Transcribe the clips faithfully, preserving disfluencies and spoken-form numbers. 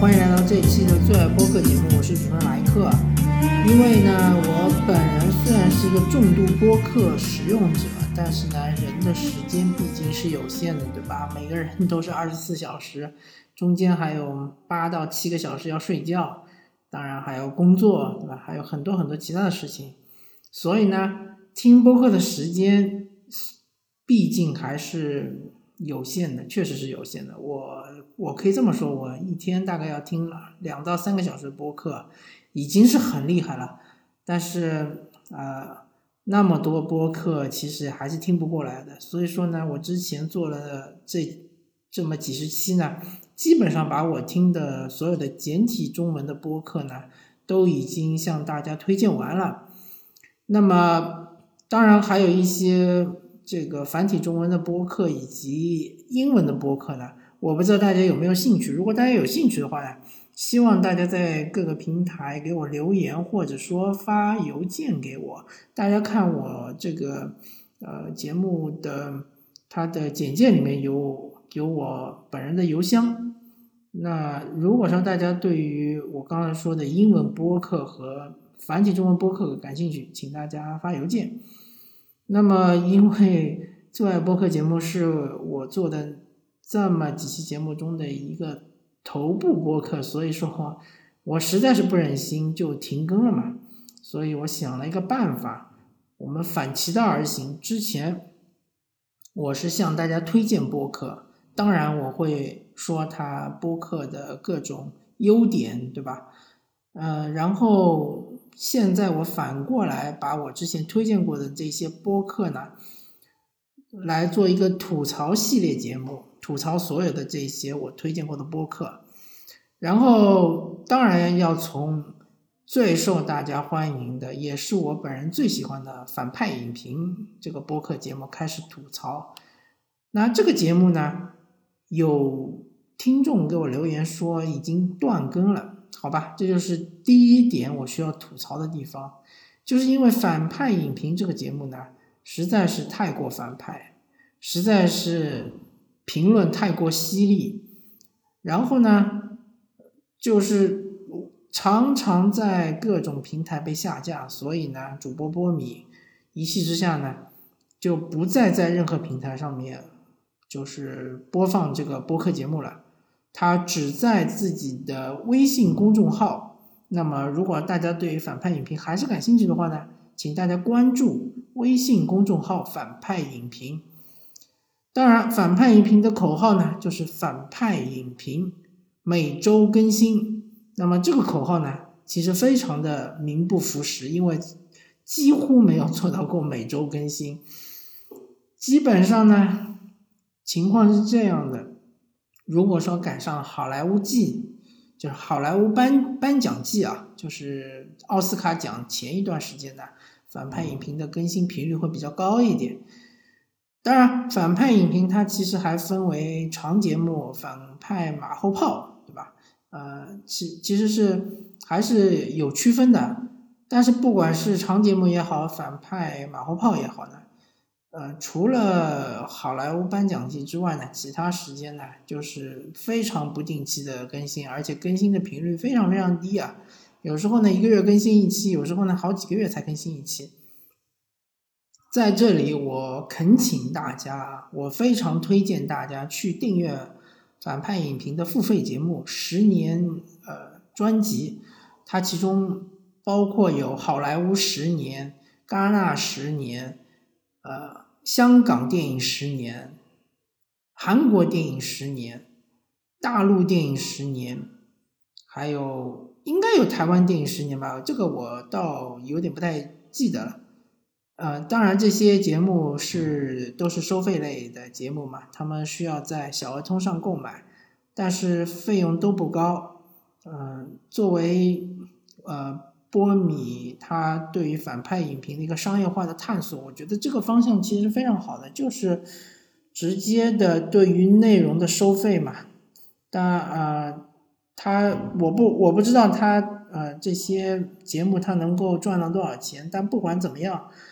欢迎来到这一期的最爱播客节目，我是主持人莱克。因为呢，我本人虽然是一个重度播客使用者，但是呢，人的时间毕竟是有限的，对吧？每个人都是二十四小时，中间还有八到七个小时要睡觉，当然还有工作，对吧？还有很多很多其他的事情，所以呢，听播客的时间毕竟还是有限的，确实是有限的。我我可以这么说，我一天大概要听两到三个小时的播客，已经是很厉害了。但是呃，那么多播客其实还是听不过来的。所以说呢，我之前做了这这么几十期呢，基本上把我听的所有的简体中文的播客呢，都已经向大家推荐完了。那么当然还有一些这个繁体中文的播客以及英文的播客呢，我不知道大家有没有兴趣。如果大家有兴趣的话呢，希望大家在各个平台给我留言，或者说发邮件给我。大家看我这个呃节目的它的简介里面有有我本人的邮箱。那如果说大家对于我刚才说的英文播客和繁体中文播客感兴趣，请大家发邮件。那么因为最爱播客节目是我做的这么几期节目中的一个头部播客，所以说我实在是不忍心就停更了嘛，所以我想了一个办法，我们反其道而行。之前我是向大家推荐播客，当然我会说它播客的各种优点，对吧？呃，然后现在我反过来把我之前推荐过的这些播客呢，来做一个吐槽系列节目，吐槽所有的这些我推荐过的播客。然后当然要从最受大家欢迎的，也是我本人最喜欢的反派影评这个播客节目开始吐槽。那这个节目呢，有听众给我留言说已经断更了，好吧，这就是第一点我需要吐槽的地方，就是因为反派影评这个节目呢，实在是太过反派，实在是评论太过犀利，然后呢就是常常在各种平台被下架，所以呢主播波米一气之下呢就不再在任何平台上面就是播放这个播客节目了，他只在自己的微信公众号。那么如果大家对于反派影评还是感兴趣的话呢，请大家关注微信公众号反派影评。当然反派影评的口号呢就是反派影评每周更新。那么这个口号呢其实非常的名不符实，因为几乎没有做到过每周更新。基本上呢情况是这样的，如果说赶上好莱坞季，就是好莱坞颁颁奖季啊，就是奥斯卡奖前一段时间呢，反派影评的更新频率会比较高一点。当然反派影评它其实还分为长节目、反派马后炮，对吧？呃，其其实是还是有区分的。但是不管是长节目也好，反派马后炮也好呢，呃，除了好莱坞颁奖季之外呢，其他时间呢就是非常不定期的更新，而且更新的频率非常非常低啊。有时候呢一个月更新一期，有时候呢好几个月才更新一期。在这里我恳请大家，我非常推荐大家去订阅反派影评的付费节目十年呃专辑，它其中包括有好莱坞十年、戛纳十年、呃香港电影十年、韩国电影十年、大陆电影十年，还有应该有台湾电影十年吧，这个我倒有点不太记得了。呃，当然这些节目是都是收费类的节目嘛，他们需要在小额通上购买，但是费用都不高。嗯、呃，作为呃波米他对于反派影评的一个商业化的探索，我觉得这个方向其实非常好的，就是直接的对于内容的收费嘛。但呃，他我不我不知道他呃这些节目他能够赚到多少钱，但不管怎么样。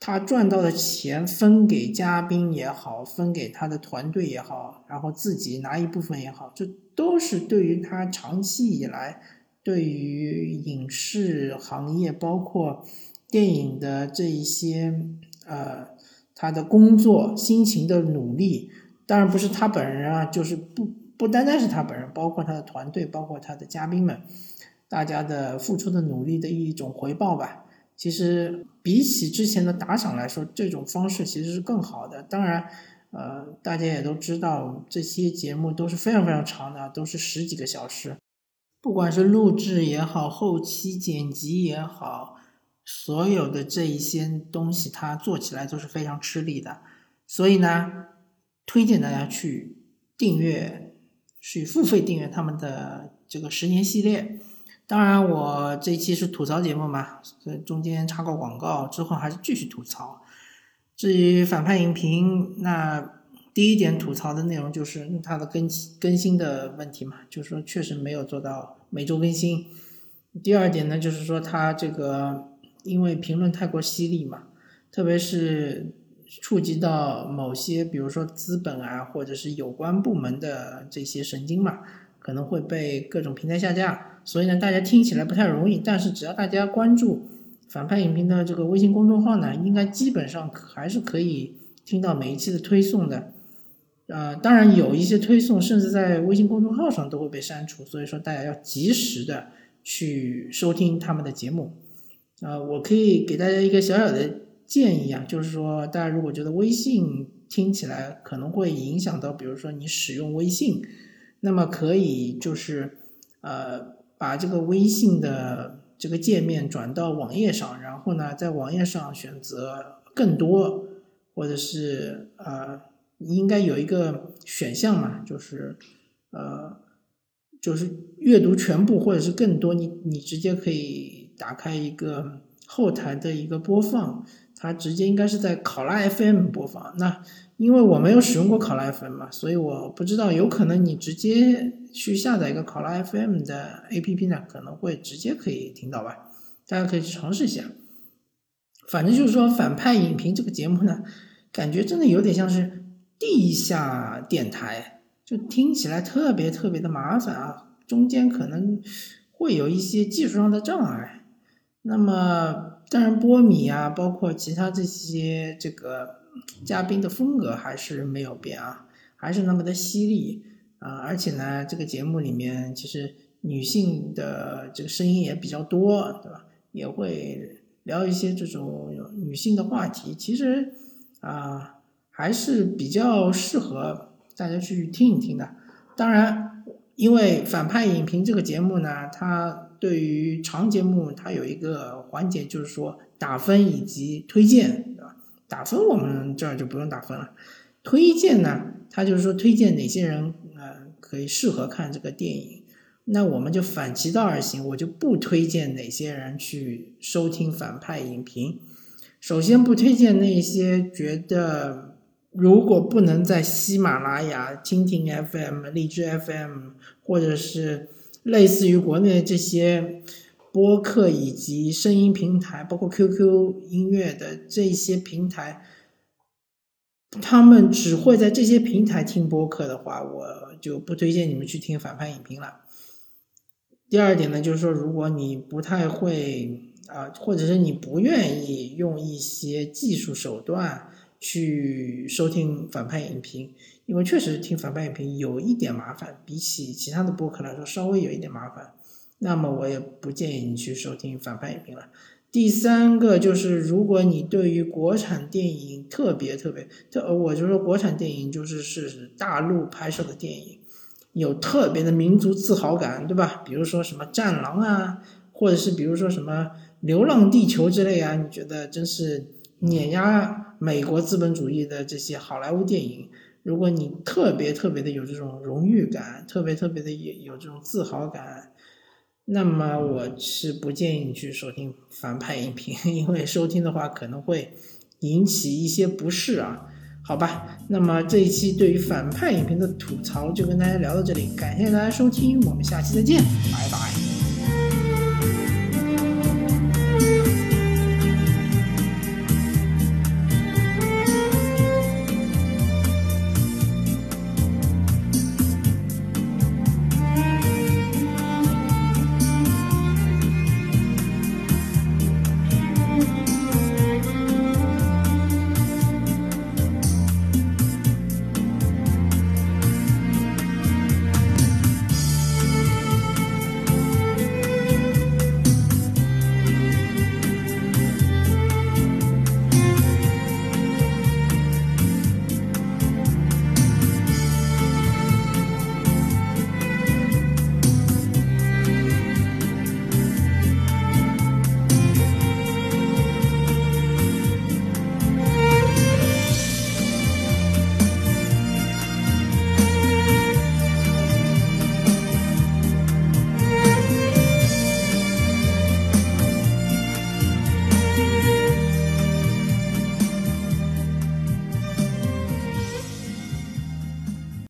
他赚到的钱分给嘉宾也好，分给他的团队也好，然后自己拿一部分也好，这都是对于他长期以来对于影视行业包括电影的这一些呃他的工作辛勤的努力，当然不是他本人啊，就是不不单单是他本人，包括他的团队，包括他的嘉宾们，大家的付出的努力的一种回报吧。其实比起之前的打赏来说，这种方式其实是更好的。当然呃，大家也都知道这些节目都是非常非常长的，都是十几个小时，不管是录制也好，后期剪辑也好，所有的这一些东西它做起来都是非常吃力的。所以呢，推荐大家去订阅，去付费订阅他们的这个十年系列。当然我这一期是吐槽节目嘛，所以中间插个广告之后还是继续吐槽。至于反派影评，那第一点吐槽的内容就是它的更更新的问题嘛，就是说确实没有做到每周更新。第二点呢，就是说它这个因为评论太过犀利嘛，特别是触及到某些比如说资本啊或者是有关部门的这些神经嘛，可能会被各种平台下架，所以呢大家听起来不太容易。但是只要大家关注反派影评的这个微信公众号呢，应该基本上还是可以听到每一期的推送的。呃，当然有一些推送甚至在微信公众号上都会被删除，所以说大家要及时的去收听他们的节目。呃，我可以给大家一个小小的建议啊，就是说大家如果觉得微信听起来可能会影响到比如说你使用微信，那么可以就是呃把这个微信的这个界面转到网页上，然后呢在网页上选择更多，或者是呃应该有一个选项嘛，就是呃就是阅读全部或者是更多，你你直接可以打开一个后台的一个播放，它直接应该是在考拉 F M 播放。那因为我没有使用过考拉 F M 嘛，所以我不知道，有可能你直接去下载一个考拉 F M 的 A P P 呢，可能会直接可以听到吧，大家可以去尝试一下。反正就是说反派影评这个节目呢，感觉真的有点像是地下电台，就听起来特别特别的麻烦啊，中间可能会有一些技术上的障碍。那么当然波米啊包括其他这些这个嘉宾的风格还是没有变啊，还是那么的犀利啊，而且呢这个节目里面其实女性的这个声音也比较多，对吧，也会聊一些这种女性的话题，其实啊还是比较适合大家去听一听的。当然因为反派影评这个节目呢，它对于长节目它有一个环节，就是说打分以及推荐，对吧？打分我们这儿就不用打分了，推荐呢它就是说推荐哪些人呃可以适合看这个电影，那我们就反其道而行，我就不推荐哪些人去收听反派影评。首先不推荐那些觉得如果不能在喜马拉雅、蜻蜓 F M、荔枝 F M 或者是类似于国内这些播客以及声音平台，包括 Q Q 音乐的这些平台，他们只会在这些平台听播客的话，我就不推荐你们去听反派影评了。第二点呢，就是说如果你不太会啊、呃，或者是你不愿意用一些技术手段去收听反派影评，因为确实听反派影评有一点麻烦，比起其他的播客来说稍微有一点麻烦，那么我也不建议你去收听反派影评了。第三个就是如果你对于国产电影特别特别特我就说国产电影就是是大陆拍摄的电影有特别的民族自豪感，对吧？比如说什么战狼啊，或者是比如说什么流浪地球之类啊，你觉得真是碾压美国资本主义的这些好莱坞电影，如果你特别特别的有这种荣誉感，特别特别的有这种自豪感，那么我是不建议你去收听反派影评，因为收听的话可能会引起一些不适啊。好吧，那么这一期对于反派影评的吐槽就跟大家聊到这里，感谢大家收听，我们下期再见，拜拜。